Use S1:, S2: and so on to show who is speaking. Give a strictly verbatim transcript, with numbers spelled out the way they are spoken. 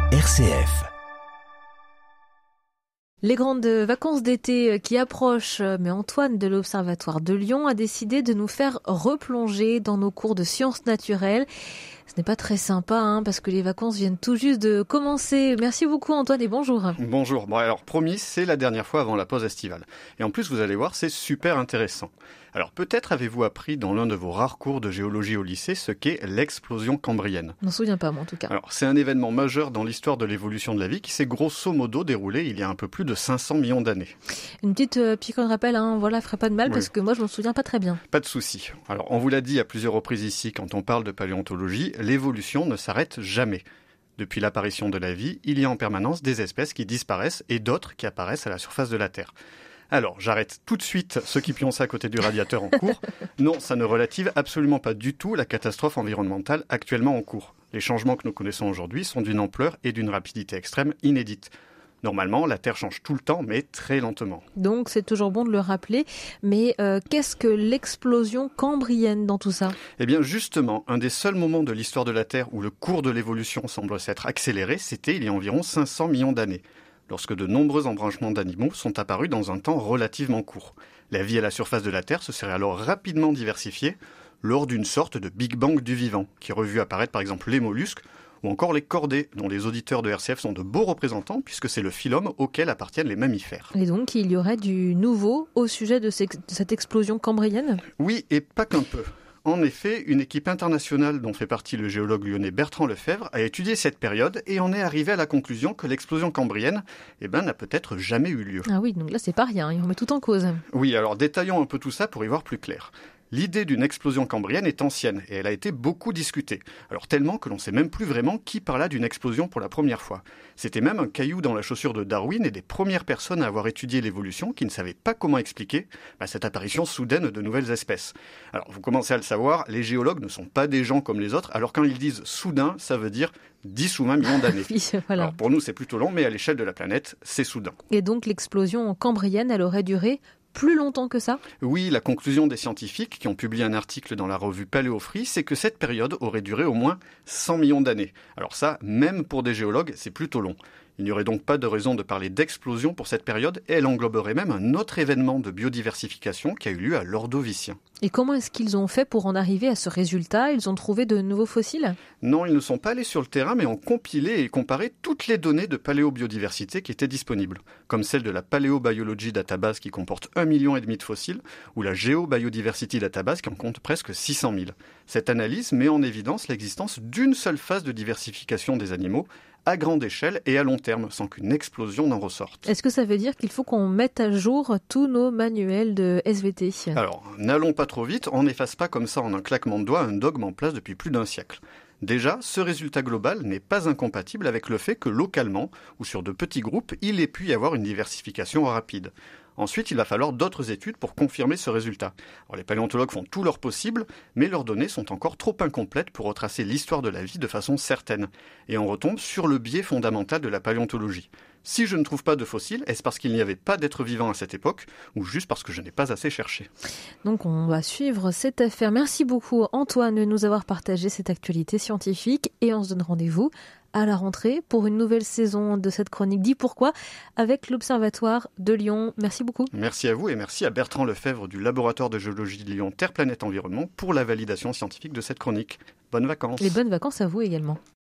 S1: R C F.
S2: Les grandes vacances d'été qui approchent, mais Antoine de l'Observatoire de Lyon a décidé de nous faire replonger dans nos cours de sciences naturelles. Ce n'est pas très sympa, hein, parce que les vacances viennent tout juste de commencer. Merci beaucoup Antoine et bonjour.
S3: Bonjour. Bon alors promis, c'est la dernière fois avant la pause estivale. Et en plus, vous allez voir, c'est super intéressant. Alors peut-être avez-vous appris dans l'un de vos rares cours de géologie au lycée ce qu'est l'explosion cambrienne.
S2: Je m'en souviens pas moi en tout cas.
S3: Alors c'est un événement majeur dans l'histoire de l'évolution de la vie qui s'est grosso modo déroulé il y a un peu plus de cinq cents millions d'années.
S2: Une petite euh, piqûre de rappel, hein, voilà, ferait pas de mal, oui. Parce que moi je m'en souviens pas très bien.
S3: Pas de souci. Alors on vous l'a dit à plusieurs reprises ici quand on parle de paléontologie, l'évolution ne s'arrête jamais. Depuis l'apparition de la vie, il y a en permanence des espèces qui disparaissent et d'autres qui apparaissent à la surface de la Terre. Alors, j'arrête tout de suite ceux qui pioncent à côté du radiateur en cours. Non, ça ne relative absolument pas du tout la catastrophe environnementale actuellement en cours. Les changements que nous connaissons aujourd'hui sont d'une ampleur et d'une rapidité extrême inédites. Normalement, la Terre change tout le temps, mais très lentement.
S2: Donc, c'est toujours bon de le rappeler. Mais euh, qu'est-ce que l'explosion cambrienne dans tout ça ?
S3: Eh bien, justement, un des seuls moments de l'histoire de la Terre où le cours de l'évolution semble s'être accéléré, c'était il y a environ cinq cents millions d'années, lorsque de nombreux embranchements d'animaux sont apparus dans un temps relativement court. La vie à la surface de la Terre se serait alors rapidement diversifiée lors d'une sorte de Big Bang du vivant, qui aurait vu apparaître par exemple les mollusques ou encore les chordés, dont les auditeurs de R C F sont de beaux représentants puisque c'est le phylum auquel appartiennent les mammifères.
S2: Et donc il y aurait du nouveau au sujet de, ces, de cette explosion cambrienne ?
S3: Oui, et pas qu'un peu. En effet, une équipe internationale dont fait partie le géologue lyonnais Bertrand Lefebvre a étudié cette période et en est arrivé à la conclusion que l'explosion cambrienne eh ben, n'a peut-être jamais eu lieu.
S2: Ah oui, donc là c'est pas rien, on met tout en cause.
S3: Oui, alors détaillons un peu tout ça pour y voir plus clair. L'idée d'une explosion cambrienne est ancienne et elle a été beaucoup discutée. Alors tellement que l'on ne sait même plus vraiment qui parla d'une explosion pour la première fois. C'était même un caillou dans la chaussure de Darwin et des premières personnes à avoir étudié l'évolution qui ne savaient pas comment expliquer bah, cette apparition soudaine de nouvelles espèces. Alors vous commencez à le savoir, les géologues ne sont pas des gens comme les autres, alors quand ils disent soudain, ça veut dire dix ou vingt millions d'années.
S2: Oui, voilà.
S3: Alors pour nous c'est plutôt long, mais à l'échelle de la planète, c'est soudain.
S2: Et donc l'explosion cambrienne, elle aurait duré plus longtemps que ça ?
S3: Oui, la conclusion des scientifiques qui ont publié un article dans la revue Paléofree, c'est que cette période aurait duré au moins cent millions d'années. Alors ça, même pour des géologues, c'est plutôt long. Il n'y aurait donc pas de raison de parler d'explosion pour cette période et elle engloberait même un autre événement de biodiversification qui a eu lieu à l'Ordovicien.
S2: Et comment est-ce qu'ils ont fait pour en arriver à ce résultat ? Ils ont trouvé de nouveaux fossiles ?
S3: Non, ils ne sont pas allés sur le terrain mais ont compilé et comparé toutes les données de paléobiodiversité qui étaient disponibles, comme celle de la Paleobiology Database qui comporte un million et demi de fossiles ou la Geobiodiversity Database qui en compte presque six cent mille. Cette analyse met en évidence l'existence d'une seule phase de diversification des animaux à grande échelle et à long terme, sans qu'une explosion n'en ressorte.
S2: Est-ce que ça veut dire qu'il faut qu'on mette à jour tous nos manuels de S V T ?
S3: Alors, n'allons pas trop vite, on n'efface pas comme ça en un claquement de doigts un dogme en place depuis plus d'un siècle. Déjà, ce résultat global n'est pas incompatible avec le fait que localement, ou sur de petits groupes, il ait pu y avoir une diversification rapide. Ensuite, il va falloir d'autres études pour confirmer ce résultat. Alors, les paléontologues font tout leur possible, mais leurs données sont encore trop incomplètes pour retracer l'histoire de la vie de façon certaine. Et on retombe sur le biais fondamental de la paléontologie. Si je ne trouve pas de fossiles, est-ce parce qu'il n'y avait pas d'êtres vivants à cette époque, ou juste parce que je n'ai pas assez cherché ?
S2: Donc on va suivre cette affaire. Merci beaucoup Antoine de nous avoir partagé cette actualité scientifique et on se donne rendez-vous à la rentrée pour une nouvelle saison de cette chronique Dis pourquoi avec l'Observatoire de Lyon. Merci beaucoup.
S3: Merci à vous et merci à Bertrand Lefebvre du laboratoire de géologie de Lyon Terre Planète Environnement pour la validation scientifique de cette chronique. Bonnes vacances.
S2: Et bonnes vacances à vous également.